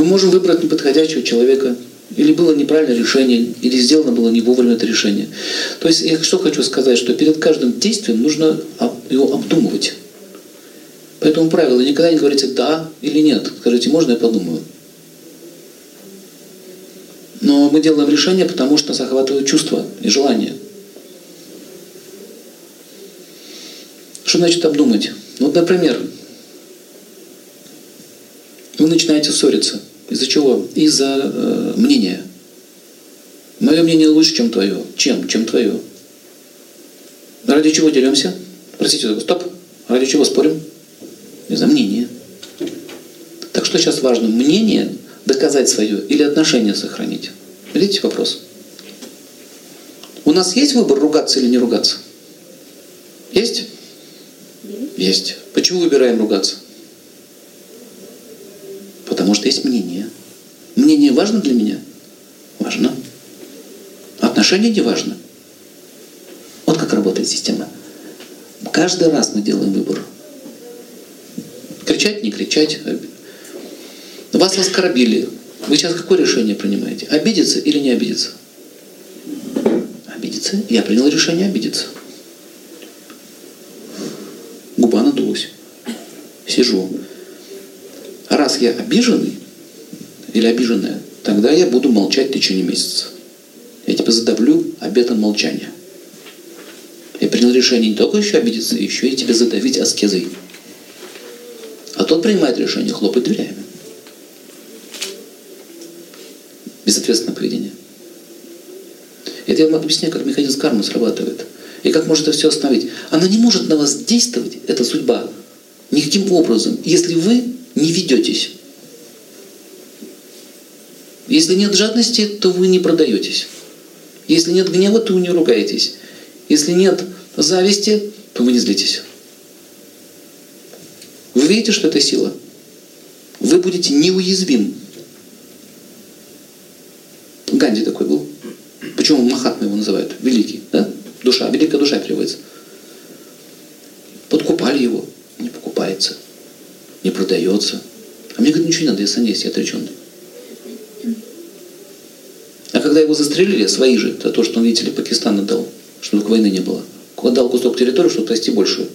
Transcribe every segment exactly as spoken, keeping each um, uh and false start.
можем выбрать неподходящего человека, или было неправильное решение, или сделано было не вовремя это решение. То есть я что хочу сказать, что перед каждым действием нужно его обдумывать. Поэтому правило, никогда не говорите «да» или «нет». Скажите «можно я подумаю». Но мы делаем решение, потому что нас охватывают чувства и желания. Что значит обдумать? Ну, вот, например, вы начинаете ссориться. Из-за чего? Из-за э, мнения. Мое мнение лучше, чем твое. Чем? Чем твое. Ради чего деремся? Простите, стоп. Ради чего спорим? Из-за мнения. Так что сейчас важно? Мнение доказать свое или отношения сохранить? Видите вопрос? У нас есть выбор, ругаться или не ругаться? Есть? Есть. Почему выбираем ругаться? Потому что есть мнение. Мнение важно для меня? Важно. Отношения не важно. Вот как работает система. Каждый раз мы делаем выбор. Кричать, не кричать. Вас оскорбили. Вы сейчас какое решение принимаете? Обидеться или не обидеться? Обидеться. Я принял решение обидеться. Губа надулась. Сижу. А раз я обиженный или обиженная, тогда я буду молчать в течение месяца. Я тебя задавлю обетом молчания. Я принял решение не только еще обидеться, еще и тебя задавить аскезой. А тот принимает решение, хлопать дверями. Безответственное поведение. Это я вам объясняю, как механизм кармы срабатывает. И как может это все остановить. Она не может на вас действовать, эта судьба, никаким образом, если вы не ведетесь. Если нет жадности, то вы не продаетесь. Если нет гнева, то вы не ругаетесь. Если нет зависти, то вы не злитесь. Вы видите, что это сила? Вы будете неуязвим. Ганди такой был. Почему Махатма его называют? Великий, да? Душа, великая душа переводится. Подкупали его. Не покупается. Не продается. А мне говорят, ничего не надо, я саньяси, я отреченный. А когда его застрелили, свои же, за то, что он, видите ли, Пакистан отдал, чтобы войны не было, отдал кусок территории, чтобы спасти большую.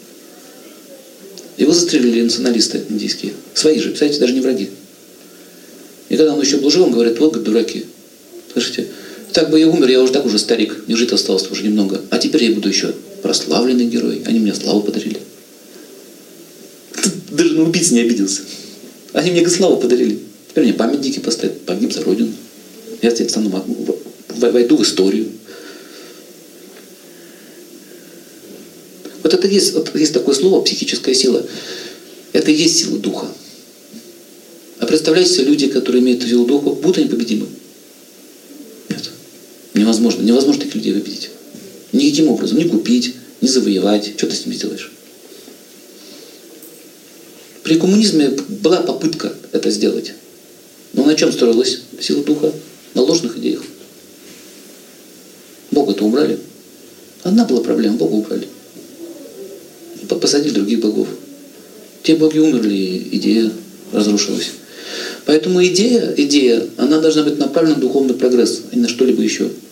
Его застрелили националисты индийские. Свои же, представляете, даже не враги. И когда он еще был жив, он говорит, вот, дураки. Слышите, так бы я умер, я уже так уже старик, мне жить осталось уже немного. А теперь я буду еще прославленный герой. Они мне славу подарили. Даже на убийц не обиделся. Они мне славу подарили. Теперь мне памятники поставят, погиб за родину. Я теперь стану, войду в историю. Вот это есть, вот есть такое слово психическая сила. Это и есть сила духа. А представляете себе, люди, которые имеют силу духа, будут они победимы? Нет. Невозможно. Невозможно таких людей победить. Никаким образом. Не купить, не завоевать. Что ты с ними сделаешь? При коммунизме была попытка это сделать. Но на чем строилась сила духа? На ложных идеях. Бога-то убрали. Одна была проблема, Бога убрали. Посадили других богов. Те боги умерли, идея разрушилась. Поэтому идея, идея, она должна быть направлена на духовный прогресс, а не на что-либо еще.